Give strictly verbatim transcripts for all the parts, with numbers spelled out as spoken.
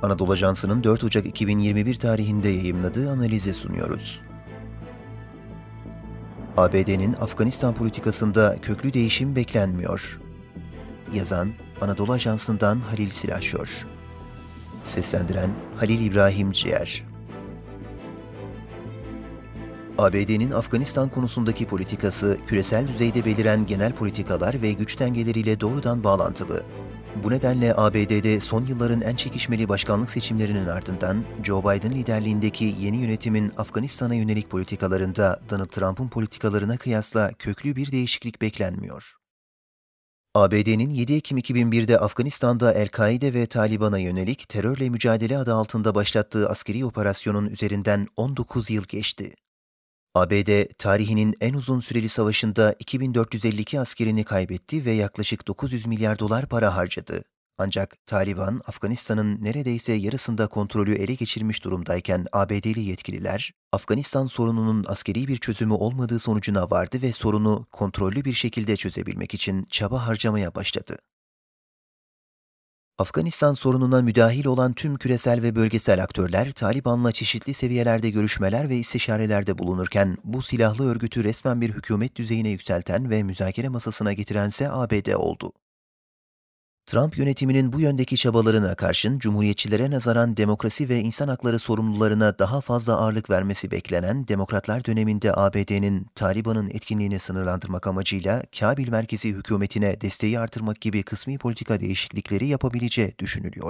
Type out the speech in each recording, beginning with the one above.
Anadolu Ajansı'nın dört Ocak iki bin yirmi bir tarihinde yayımladığı analizi sunuyoruz. A B D'nin Afganistan politikasında köklü değişim beklenmiyor. Yazan Anadolu Ajansı'ndan Halil Silahşor. Seslendiren Halil İbrahim Ciğer. A B D'nin Afganistan konusundaki politikası, küresel düzeyde beliren genel politikalar ve güç dengeleriyle doğrudan bağlantılı. Bu nedenle A B D'de son yılların en çekişmeli başkanlık seçimlerinin ardından Joe Biden liderliğindeki yeni yönetimin Afganistan'a yönelik politikalarında Donald Trump'ın politikalarına kıyasla köklü bir değişiklik beklenmiyor. A B D'nin yedi Ekim iki bin bir'de Afganistan'da El-Kaide ve Taliban'a yönelik terörle mücadele adı altında başlattığı askeri operasyonun üzerinden on dokuz yıl geçti. A B D, tarihinin en uzun süreli savaşında iki bin dört yüz elli iki askerini kaybetti ve yaklaşık dokuz yüz milyar dolar para harcadı. Ancak Taliban, Afganistan'ın neredeyse yarısında kontrolü ele geçirmiş durumdayken A B D'li yetkililer, Afganistan sorununun askeri bir çözümü olmadığı sonucuna vardı ve sorunu kontrollü bir şekilde çözebilmek için çaba harcamaya başladı. Afganistan sorununa müdahil olan tüm küresel ve bölgesel aktörler, Taliban'la çeşitli seviyelerde görüşmeler ve istişarelerde bulunurken, bu silahlı örgütü resmen bir hükümet düzeyine yükselten ve müzakere masasına getirense A B D oldu. Trump yönetiminin bu yöndeki çabalarına karşın, Cumhuriyetçilere nazaran demokrasi ve insan hakları sorumlularına daha fazla ağırlık vermesi beklenen Demokratlar döneminde A B D'nin Taliban'ın etkinliğini sınırlandırmak amacıyla Kabil merkezi hükümetine desteği artırmak gibi kısmi politika değişiklikleri yapabileceği düşünülüyor.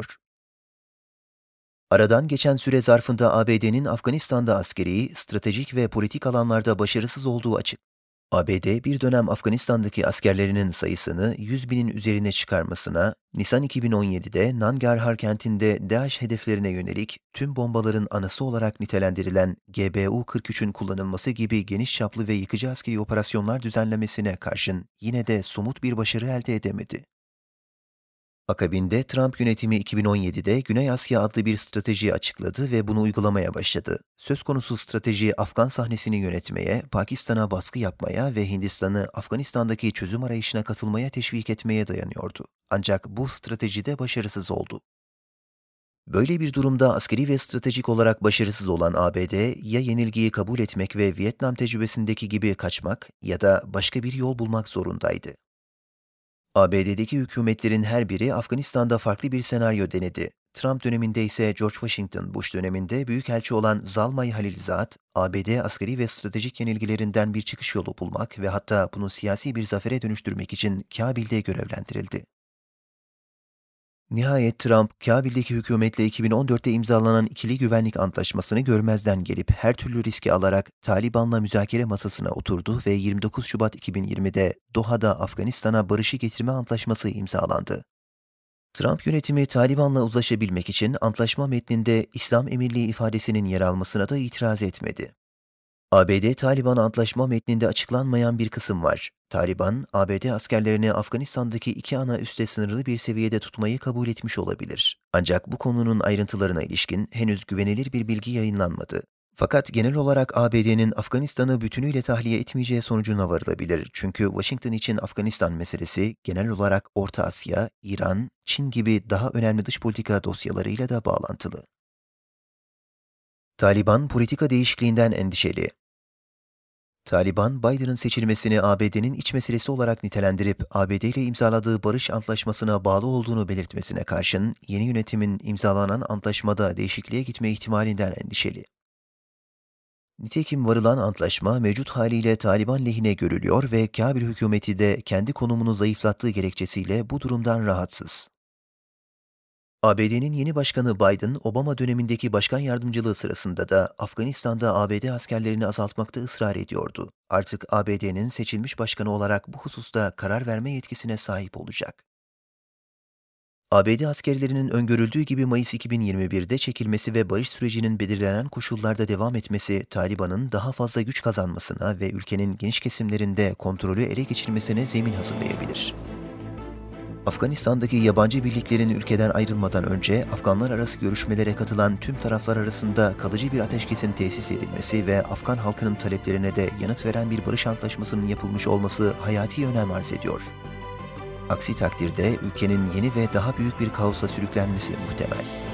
Aradan geçen süre zarfında A B D'nin Afganistan'da askeri, stratejik ve politik alanlarda başarısız olduğu açık. A B D bir dönem Afganistan'daki askerlerinin sayısını yüz binin üzerine çıkarmasına, Nisan iki bin on yedi'de Nangarhar kentinde DAEŞ hedeflerine yönelik tüm bombaların anası olarak nitelendirilen G B U kırk üç'ün kullanılması gibi geniş çaplı ve yıkıcı askeri operasyonlar düzenlemesine karşın yine de somut bir başarı elde edemedi. Akabinde Trump yönetimi iki bin on yedi'de Güney Asya adlı bir strateji açıkladı ve bunu uygulamaya başladı. Söz konusu strateji Afgan sahnesini yönetmeye, Pakistan'a baskı yapmaya ve Hindistan'ı Afganistan'daki çözüm arayışına katılmaya teşvik etmeye dayanıyordu. Ancak bu strateji de başarısız oldu. Böyle bir durumda askeri ve stratejik olarak başarısız olan A B D, ya yenilgiyi kabul etmek ve Vietnam tecrübesindeki gibi kaçmak ya da başka bir yol bulmak zorundaydı. A B D'deki hükümetlerin her biri Afganistan'da farklı bir senaryo denedi. Trump döneminde ise George Washington Bush döneminde büyükelçi olan Zalmay Khalilzad, A B D askeri ve stratejik yenilgilerinden bir çıkış yolu bulmak ve hatta bunu siyasi bir zafere dönüştürmek için Kabil'de görevlendirildi. Nihayet Trump, Kabil'deki hükümetle iki bin on dört'te imzalanan ikili güvenlik antlaşmasını görmezden gelip her türlü riski alarak Taliban'la müzakere masasına oturdu ve yirmi dokuz Şubat iki bin yirmi'de Doha'da Afganistan'a barışı getirme antlaşması imzalandı. Trump yönetimi Taliban'la uzlaşabilmek için antlaşma metninde İslam Emirliği ifadesinin yer almasına da itiraz etmedi. A B D-Taliban antlaşma metninde açıklanmayan bir kısım var. Taliban, A B D askerlerini Afganistan'daki iki ana üste sınırlı bir seviyede tutmayı kabul etmiş olabilir. Ancak bu konunun ayrıntılarına ilişkin henüz güvenilir bir bilgi yayınlanmadı. Fakat genel olarak A B D'nin Afganistan'ı bütünüyle tahliye etmeyeceği sonucuna varılabilir. Çünkü Washington için Afganistan meselesi genel olarak Orta Asya, İran, Çin gibi daha önemli dış politika dosyalarıyla da bağlantılı. Taliban politika değişikliğinden endişeli. Taliban, Biden'ın seçilmesini A B D'nin iç meselesi olarak nitelendirip A B D ile imzaladığı barış antlaşmasına bağlı olduğunu belirtmesine karşın yeni yönetimin imzalanan antlaşmada değişikliğe gitme ihtimalinden endişeli. Nitekim varılan antlaşma mevcut haliyle Taliban lehine görülüyor ve Kabil hükümeti de kendi konumunu zayıflattığı gerekçesiyle bu durumdan rahatsız. A B D'nin yeni başkanı Biden, Obama dönemindeki başkan yardımcılığı sırasında da Afganistan'da A B D askerlerini azaltmakta ısrar ediyordu. Artık A B D'nin seçilmiş başkanı olarak bu hususta karar verme yetkisine sahip olacak. A B D askerlerinin öngörüldüğü gibi Mayıs iki bin yirmi bir'de çekilmesi ve barış sürecinin belirlenen koşullarda devam etmesi, Taliban'ın daha fazla güç kazanmasına ve ülkenin geniş kesimlerinde kontrolü ele geçirmesine zemin hazırlayabilir. Afganistan'daki yabancı birliklerin ülkeden ayrılmadan önce Afganlar arası görüşmelere katılan tüm taraflar arasında kalıcı bir ateşkesin tesis edilmesi ve Afgan halkının taleplerine de yanıt veren bir barış antlaşmasının yapılmış olması hayati önem arz ediyor. Aksi takdirde ülkenin yeni ve daha büyük bir kaosa sürüklenmesi muhtemel.